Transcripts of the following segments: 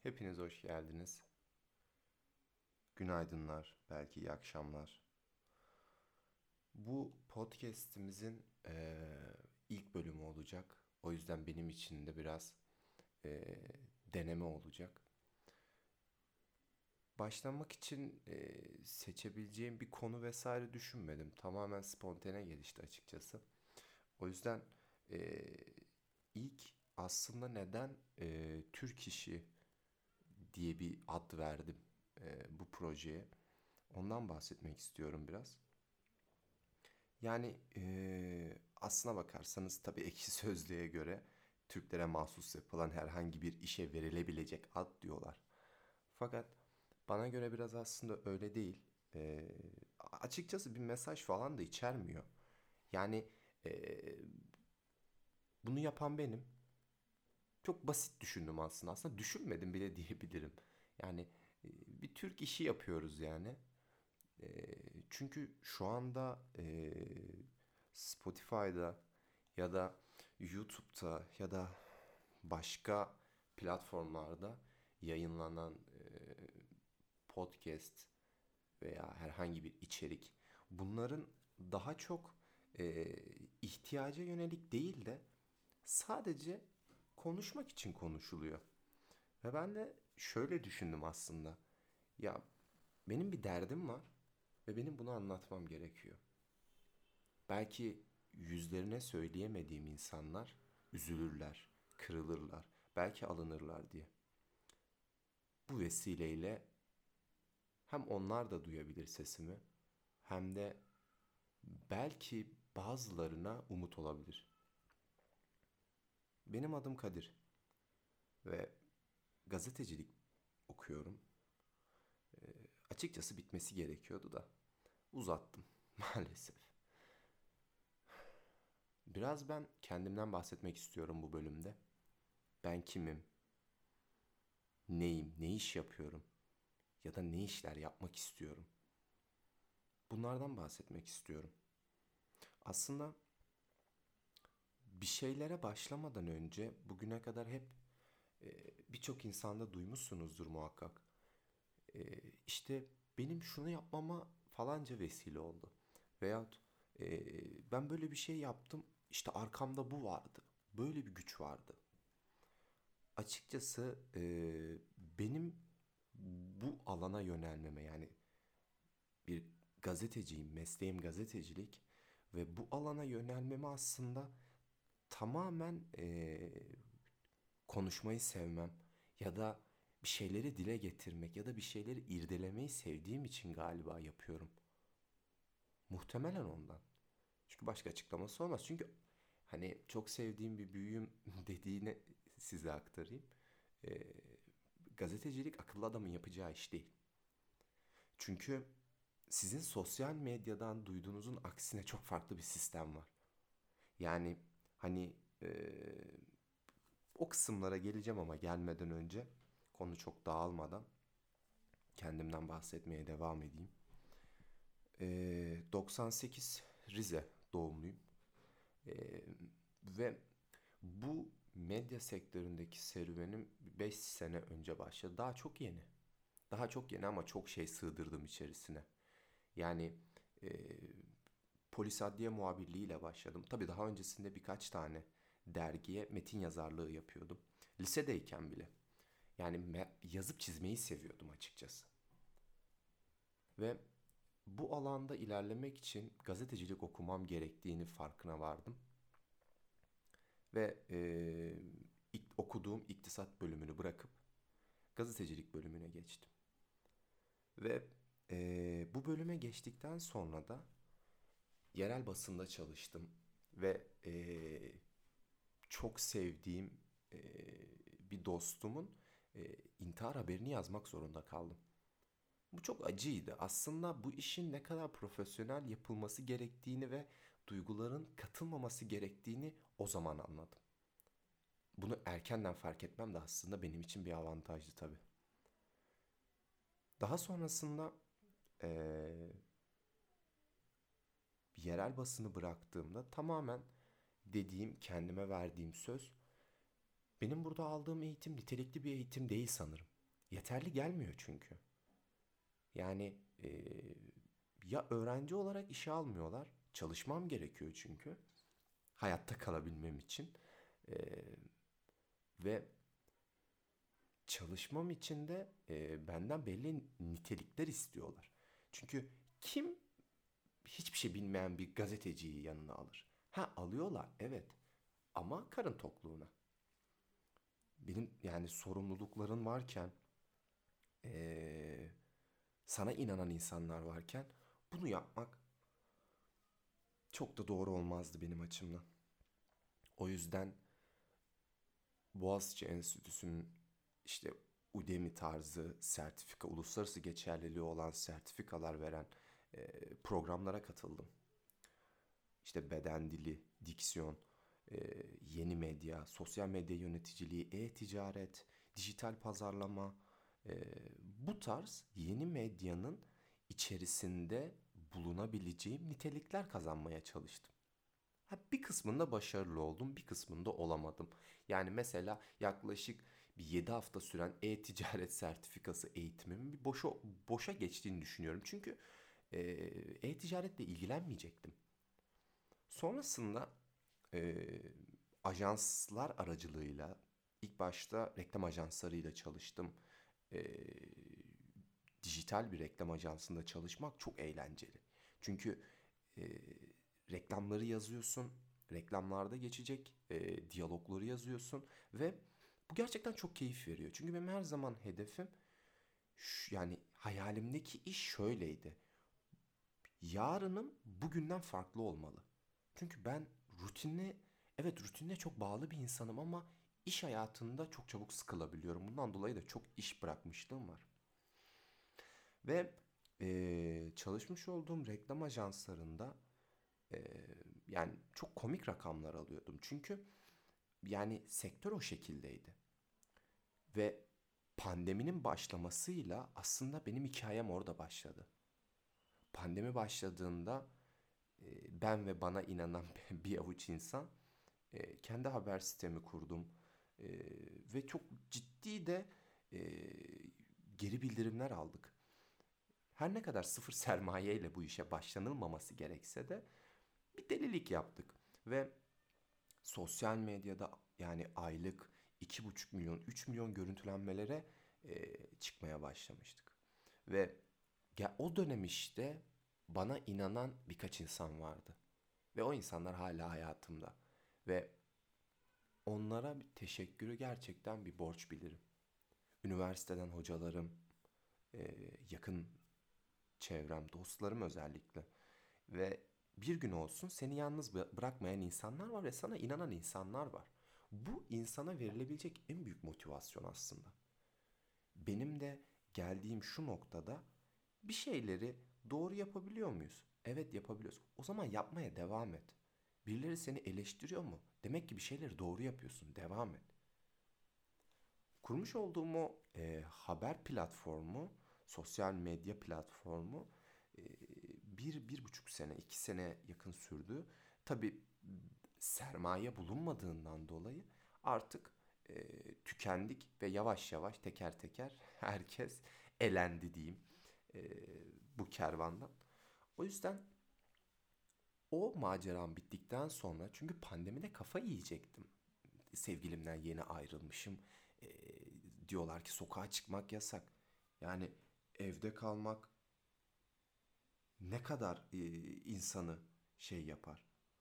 Hepiniz hoş geldiniz. Günaydınlar, belki iyi akşamlar. Bu podcast'imizin ilk bölümü olacak. O yüzden benim için de biraz deneme olacak. Başlamak için seçebileceğim bir konu vesaire düşünmedim. Tamamen spontane gelişti açıkçası. O yüzden eee, ilk aslında neden Türk işi diye bir ad verdim bu projeye. Ondan bahsetmek istiyorum biraz. Yani aslına bakarsanız tabii Ekşi Sözlüğe göre Türklere mahsus yapılan herhangi bir işe verilebilecek ad diyorlar. Fakat bana göre biraz aslında öyle değil. Eee, Açıkçası bir mesaj falan da içermiyor. Yani eee, bunu yapan benim. Çok basit düşündüm aslında. Aslında düşünmedim bile diyebilirim. Yani bir Türk işi yapıyoruz yani. Çünkü şu anda Spotify'da ya da YouTube'da ya da başka platformlarda yayınlanan podcast veya herhangi bir içerik bunların daha çok ihtiyaca yönelik değil de sadece konuşmak için konuşuluyor. Ve ben de şöyle düşündüm aslında. Ya benim bir derdim var ve benim bunu anlatmam gerekiyor. Belki yüzlerine söyleyemediğim insanlar üzülürler, kırılırlar, belki alınırlar diye. Bu vesileyle hem onlar da duyabilir sesimi hem de belki bazılarına umut olabilir. Benim adım Kadir ve gazetecilik okuyorum. Açıkçası bitmesi gerekiyordu da uzattım maalesef. Biraz ben kendimden bahsetmek istiyorum bu bölümde. Ben kimim? Neyim? Ne iş yapıyorum? Ya da ne işler yapmak istiyorum? Bunlardan bahsetmek istiyorum. Aslında bir şeylere başlamadan önce bugüne kadar hep birçok insanda duymuşsunuzdur muhakkak. İşte benim şunu yapmama falanca vesile oldu. Veyahut ben böyle bir şey yaptım, işte arkamda bu vardı. Böyle bir güç vardı. Açıkçası benim bu alana yönelmeme yani bir gazeteciyim, mesleğim gazetecilik ve bu alana yönelmeme aslında tamamen konuşmayı sevmem ya da bir şeyleri dile getirmek ya da bir şeyleri irdelemeyi sevdiğim için galiba yapıyorum. Muhtemelen ondan. Çünkü başka açıklaması olmaz. Çünkü hani çok sevdiğim bir büyüğüm dediğini size aktarayım. Ee, Gazetecilik akıllı adamın yapacağı iş değil. Çünkü sizin sosyal medyadan duyduğunuzun aksine çok farklı bir sistem var. Yani hani o kısımlara geleceğim ama gelmeden önce konu çok dağılmadan kendimden bahsetmeye devam edeyim. 98 Rize doğumluyum. Ee, Ve bu medya sektöründeki serüvenim 5 sene önce başladı. Daha çok yeni. Daha çok yeni ama çok şey sığdırdım içerisine. Yani e, polis adliye muhabirliğiyle başladım. Tabii daha öncesinde birkaç tane dergiye metin yazarlığı yapıyordum. Lisedeyken bile. Yani yazıp çizmeyi seviyordum açıkçası. Ve bu alanda ilerlemek için gazetecilik okumam gerektiğini farkına vardım. Ve okuduğum iktisat bölümünü bırakıp gazetecilik bölümüne geçtim. Ve bu bölüme geçtikten sonra da yerel basında çalıştım. Ve çok sevdiğim bir dostumun intihar haberini yazmak zorunda kaldım. Bu çok acıydı. Aslında bu işin ne kadar profesyonel yapılması gerektiğini ve duyguların katılmaması gerektiğini o zaman anladım. Bunu erkenden fark etmem de aslında benim için bir avantajdı tabii. Daha sonrasında eee, yerel basını bıraktığımda tamamen dediğim, kendime verdiğim söz, benim burada aldığım eğitim nitelikli bir eğitim değil sanırım. Yeterli gelmiyor çünkü. Yani ya öğrenci olarak işe almıyorlar. Çalışmam gerekiyor çünkü. Hayatta kalabilmem için. Eee, ve çalışmam için de benden belli nitelikler istiyorlar. Çünkü kim hiçbir şey bilmeyen bir gazeteciyi yanına alır? Ha, alıyorlar, evet, ama karın tokluğuna. Benim yani sorumlulukların varken, eee, sana inanan insanlar varken bunu yapmak çok da doğru olmazdı benim açımdan. O yüzden Boğaziçi Enstitüsü'nün işte Udemy tarzı sertifika, uluslararası geçerliliği olan sertifikalar veren programlara katıldım. İşte beden dili, diksiyon, yeni medya, sosyal medya yöneticiliği, e-ticaret, dijital pazarlama, e, bu tarz yeni medyanın içerisinde bulunabileceğim nitelikler kazanmaya çalıştım. Ha, bir kısmında başarılı oldum, bir kısmında olamadım. Yani mesela yaklaşık bir 7 hafta süren e-ticaret sertifikası eğitimimin bir boşa geçtiğini düşünüyorum. Çünkü e, e-ticaretle ilgilenmeyecektim. Sonrasında eee, ajanslar aracılığıyla ilk başta reklam ajanslarıyla çalıştım. Eee, dijital bir reklam ajansında çalışmak çok eğlenceli. Çünkü eee, reklamları yazıyorsun, reklamlarda geçecek diyalogları yazıyorsun ve bu gerçekten çok keyif veriyor. Çünkü benim her zaman hedefim yani hayalimdeki iş şöyleydi. Yarınım bugünden farklı olmalı. Çünkü ben evet rutinine çok bağlı bir insanım ama iş hayatında çok çabuk sıkılabiliyorum. Bundan dolayı da çok iş bırakmışlığım var. Ve çalışmış olduğum reklam ajanslarında eee, yani çok komik rakamlar alıyordum. Çünkü yani sektör o şekildeydi. Ve pandeminin başlamasıyla aslında benim hikayem orada başladı. Pandemi başladığında ben ve bana inanan bir avuç insan kendi haber sitemi kurdum. E, ve çok ciddi de e, geri bildirimler aldık. Her ne kadar sıfır sermaye ile bu işe başlanılmaması gerekse de bir delilik yaptık. Ve sosyal medyada yani aylık 2,5 milyon, 3 milyon görüntülenmelere çıkmaya başlamıştık. Ve o dönem işte bana inanan birkaç insan vardı. Ve o insanlar hala hayatımda. Ve onlara bir teşekkürü gerçekten bir borç bilirim. Üniversiteden hocalarım, yakın çevrem, dostlarım özellikle. Ve bir gün olsun seni yalnız bırakmayan insanlar var ve sana inanan insanlar var. Bu insana verilebilecek en büyük motivasyon aslında. Benim de geldiğim şu noktada bir şeyleri doğru yapabiliyor muyuz? Evet, yapabiliyoruz. O zaman yapmaya devam et. Birileri seni eleştiriyor mu? Demek ki bir şeyleri doğru yapıyorsun. Devam et. Kurmuş olduğum o haber platformu, sosyal medya platformu e, 1,5 sene, 2 sene yakın sürdü. Tabii sermaye bulunmadığından dolayı artık tükendik ve yavaş yavaş teker teker herkes elendi diyeyim e, bu kervandan. O yüzden o maceram bittikten sonra çünkü pandemide kafa yiyecektim. Sevgilimden yeni ayrılmışım. Ee, diyorlar ki sokağa çıkmak yasak. Yani evde kalmak ne kadar insanı şey yapar.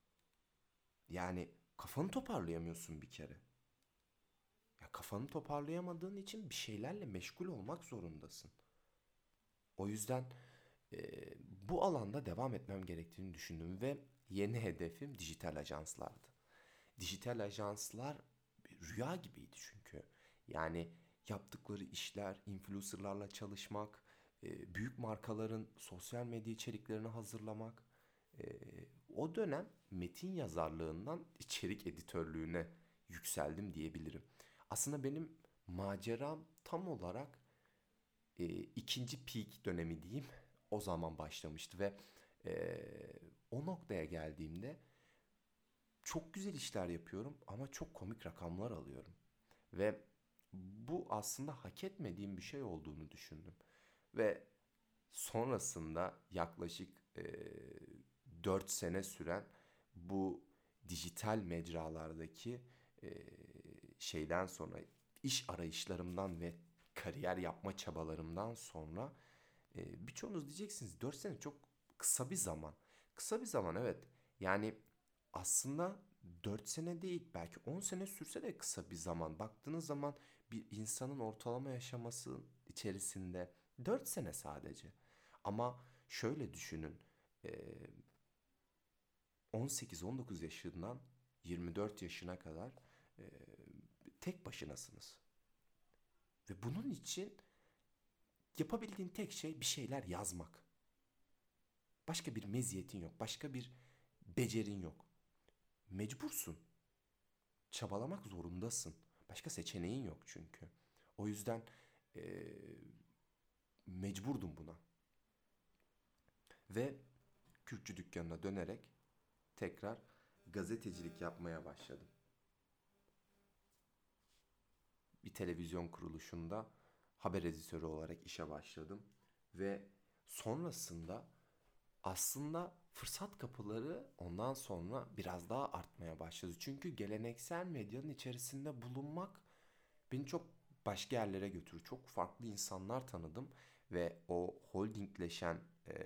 Yani kafanı toparlayamıyorsun bir kere. Ya kafanı toparlayamadığın için bir şeylerle meşgul olmak zorundasın. O yüzden e, bu alanda devam etmem gerektiğini düşündüm ve yeni hedefim dijital ajanslardı. Dijital ajanslar rüya gibiydi çünkü. Yani yaptıkları işler, influencerlarla çalışmak, büyük markaların sosyal medya içeriklerini hazırlamak. E, o dönem metin yazarlığından içerik editörlüğüne yükseldim diyebilirim. Aslında benim maceram tam olarak ikinci peak dönemi diyeyim. O zaman başlamıştı ve e, o noktaya geldiğimde çok güzel işler yapıyorum ama çok komik rakamlar alıyorum. Ve bu aslında hak etmediğim bir şey olduğunu düşündüm. Ve sonrasında yaklaşık 4 sene süren bu dijital mecralardaki eee, şeyden sonra, iş arayışlarımdan ve kariyer yapma çabalarımdan sonra, birçoğunuz diyeceksiniz 4 sene çok kısa bir zaman. Kısa bir zaman, evet. Yani aslında 4 sene değil, belki 10 sene sürse de kısa bir zaman. Baktığınız zaman bir insanın ortalama yaşaması içerisinde 4 sene sadece. Ama şöyle düşünün. eee, 18-19 yaşından 24 yaşına kadar eee, tek başınasınız. Ve bunun için yapabildiğin tek şey bir şeyler yazmak. Başka bir meziyetin yok. Başka bir becerin yok. Mecbursun. Çabalamak zorundasın. Başka seçeneğin yok çünkü. O yüzden eee, mecburdum buna. Ve Kürkçü dükkanına dönerek tekrar gazetecilik yapmaya başladım. Bir televizyon kuruluşunda haber editörü olarak işe başladım. Ve sonrasında aslında fırsat kapıları ondan sonra biraz daha artmaya başladı. Çünkü geleneksel medyanın içerisinde bulunmak beni çok başka yerlere götürdü. Çok farklı insanlar tanıdım ve o holdingleşen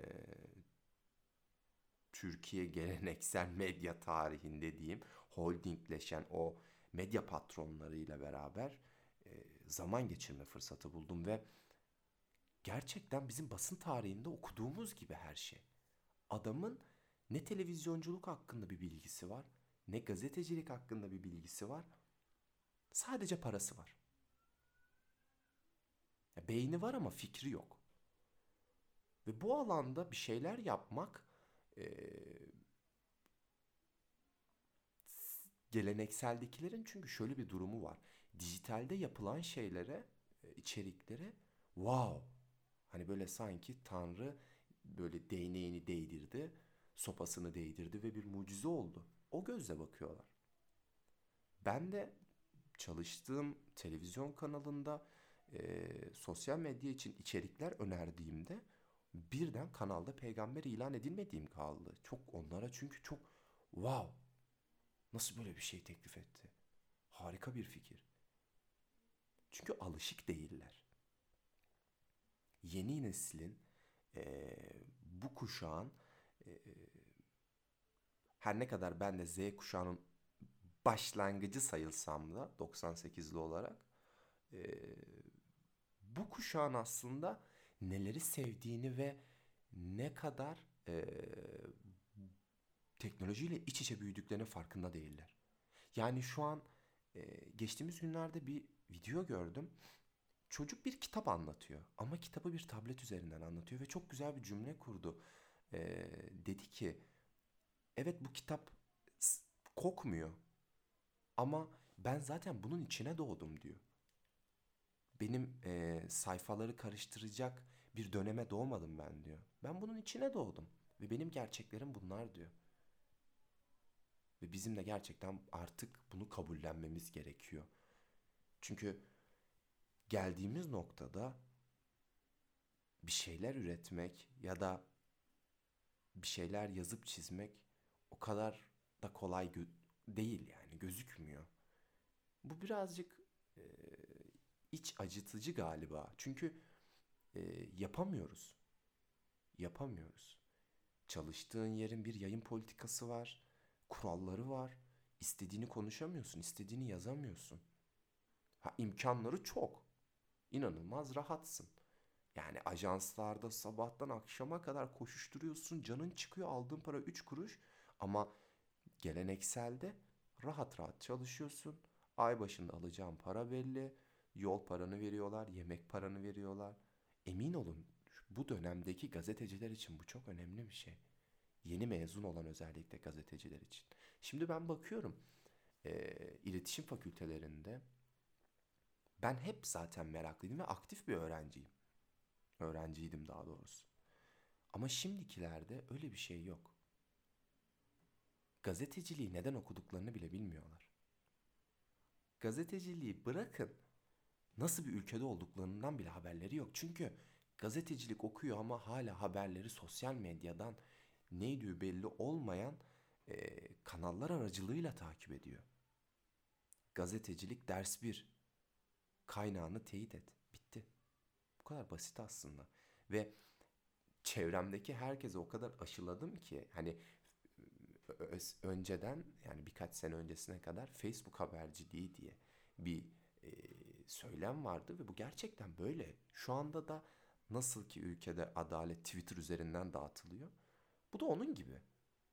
Türkiye geleneksel medya tarihinde diyeyim, holdingleşen o medya patronlarıyla beraber zaman geçirme fırsatı buldum ve gerçekten bizim basın tarihinde okuduğumuz gibi her şey. Adamın ne televizyonculuk hakkında bir bilgisi var, ne gazetecilik hakkında bir bilgisi var. Sadece parası var. Ya beyni var ama fikri yok. Ve bu alanda bir şeyler yapmak eee, gelenekseldekilerin çünkü şöyle bir durumu var. Dijitalde yapılan şeylere, içeriklere wow. Hani böyle sanki Tanrı böyle değneğini değdirdi, sopasını değdirdi ve bir mucize oldu. O gözle bakıyorlar. Ben de çalıştığım televizyon kanalında sosyal medya için içerikler önerdiğimde birden kanalda peygamber ilan edilmediğim kaldı. Çok onlara çünkü çok wow, nasıl böyle bir şey teklif etti? Harika bir fikir. Çünkü alışık değiller. Yeni neslin bu kuşağın eee, her ne kadar ben de Z kuşağının başlangıcı sayılsam da 98'li olarak eee, bu kuşağın aslında neleri sevdiğini ve ne kadar teknolojiyle iç içe büyüdüklerinin farkında değiller. Yani şu an geçtiğimiz günlerde bir video gördüm. Çocuk bir kitap anlatıyor ama kitabı bir tablet üzerinden anlatıyor ve çok güzel bir cümle kurdu. Dedi ki, evet bu kitap kokmuyor ama ben zaten bunun içine doğdum diyor. Benim sayfaları karıştıracak bir döneme doğmadım ben diyor. Ben bunun içine doğdum ve benim gerçeklerim bunlar diyor. Ve bizim de gerçekten artık bunu kabullenmemiz gerekiyor. Çünkü geldiğimiz noktada bir şeyler üretmek ya da bir şeyler yazıp çizmek o kadar da kolay değil, yani gözükmüyor. Bu birazcık e, iç acıtıcı galiba. Çünkü yapamıyoruz. Yapamıyoruz. Çalıştığın yerin bir yayın politikası var, kuralları var. İstediğini konuşamıyorsun, istediğini yazamıyorsun. Ha, imkanları çok. İnanılmaz rahatsın. Yani ajanslarda sabahtan akşama kadar koşuşturuyorsun, canın çıkıyor, aldığın para 3 kuruş. Ama gelenekselde rahat rahat çalışıyorsun. Ay başında alacağın para belli. Yol paranı veriyorlar, yemek paranı veriyorlar. Emin olun, bu dönemdeki gazeteciler için bu çok önemli bir şey. Yeni mezun olan özellikle gazeteciler için. Şimdi ben bakıyorum iletişim fakültelerinde, ben hep zaten meraklıydım ve aktif bir öğrenciyim. Öğrenciydim daha doğrusu. Ama şimdikilerde öyle bir şey yok. Gazeteciliği neden okuduklarını bile bilmiyorlar. Gazeteciliği bırakın. nasıl bir ülkede olduklarından bile haberleri yok. Çünkü gazetecilik okuyor ama hala haberleri sosyal medyadan neydi belli olmayan kanallar aracılığıyla takip ediyor. Gazetecilik ders bir. Kaynağını teyit et. Bitti. Bu kadar basit aslında. Ve çevremdeki herkese o kadar aşıladım ki hani önceden, yani birkaç sene öncesine kadar Facebook haberciliği diye bir e, söylem vardı ve bu gerçekten böyle. Şu anda da nasıl ki ülkede adalet Twitter üzerinden dağıtılıyor, bu da onun gibi.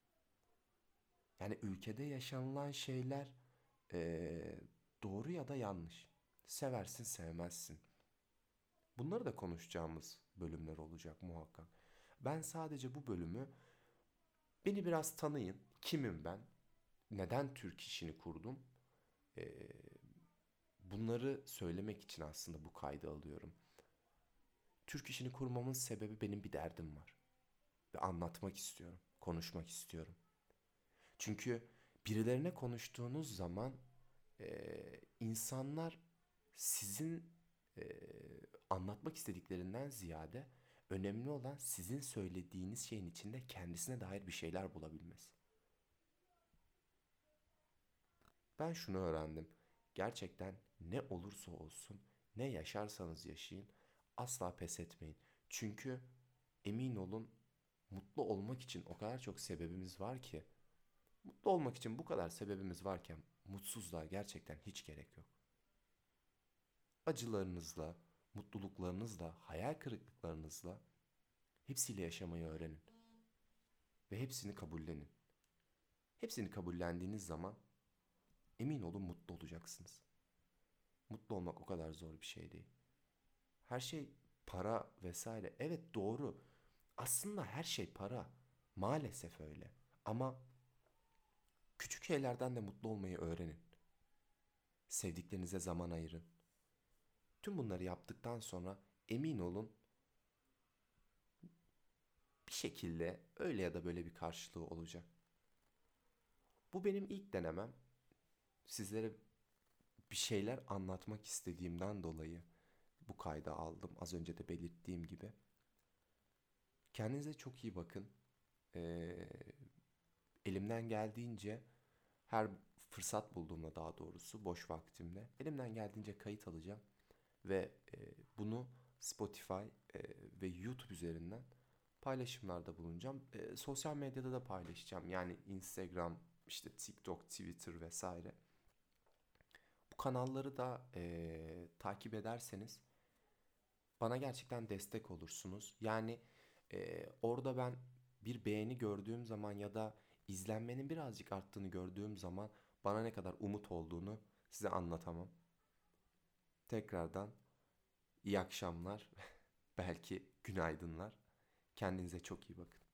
Yani ülkede yaşanılan şeyler e, doğru ya da yanlış. Seversin, sevmezsin. Bunları da konuşacağımız bölümler olacak muhakkak. Ben sadece bu bölümü, beni biraz tanıyın. Kimim ben? Neden Türk işini kurdum? Ee, Bunları söylemek için aslında bu kaydı alıyorum. Türk işini kurmamın sebebi, benim bir derdim var. Ve anlatmak istiyorum. Konuşmak istiyorum. Çünkü birilerine konuştuğunuz zaman insanlar sizin anlatmak istediklerinden ziyade önemli olan sizin söylediğiniz şeyin içinde kendisine dair bir şeyler bulabilmesi. Ben şunu öğrendim. Gerçekten ne olursa olsun, ne yaşarsanız yaşayın, asla pes etmeyin. Çünkü emin olun, mutlu olmak için o kadar çok sebebimiz var ki, mutlu olmak için bu kadar sebebimiz varken mutsuzluğa gerçekten hiç gerek yok. Acılarınızla, mutluluklarınızla, hayal kırıklıklarınızla hepsiyle yaşamayı öğrenin ve hepsini kabullenin. Hepsini kabullendiğiniz zaman emin olun mutlu olacaksınız. Mutlu olmak o kadar zor bir şey değil. Her şey para vesaire. Evet, doğru. Aslında her şey para. Maalesef öyle. Ama küçük şeylerden de mutlu olmayı öğrenin. Sevdiklerinize zaman ayırın. Tüm bunları yaptıktan sonra emin olun bir şekilde öyle ya da böyle bir karşılığı olacak. Bu benim ilk denemem. Sizlere bir şeyler anlatmak istediğimden dolayı bu kayda aldım. Az önce de belirttiğim gibi. Kendinize çok iyi bakın. Ee, Elimden geldiğince, her fırsat bulduğumda, daha doğrusu boş vaktimde elimden geldiğince kayıt alacağım ve bunu Spotify ve YouTube üzerinden paylaşımlarda bulunacağım. Sosyal medyada da paylaşacağım. Yani Instagram, işte TikTok, Twitter vesaire. Bu kanalları da takip ederseniz bana gerçekten destek olursunuz. Yani orada ben bir beğeni gördüğüm zaman ya da izlenmenin birazcık arttığını gördüğüm zaman bana ne kadar umut olduğunu size anlatamam. Tekrardan iyi akşamlar, belki günaydınlar. Kendinize çok iyi bakın.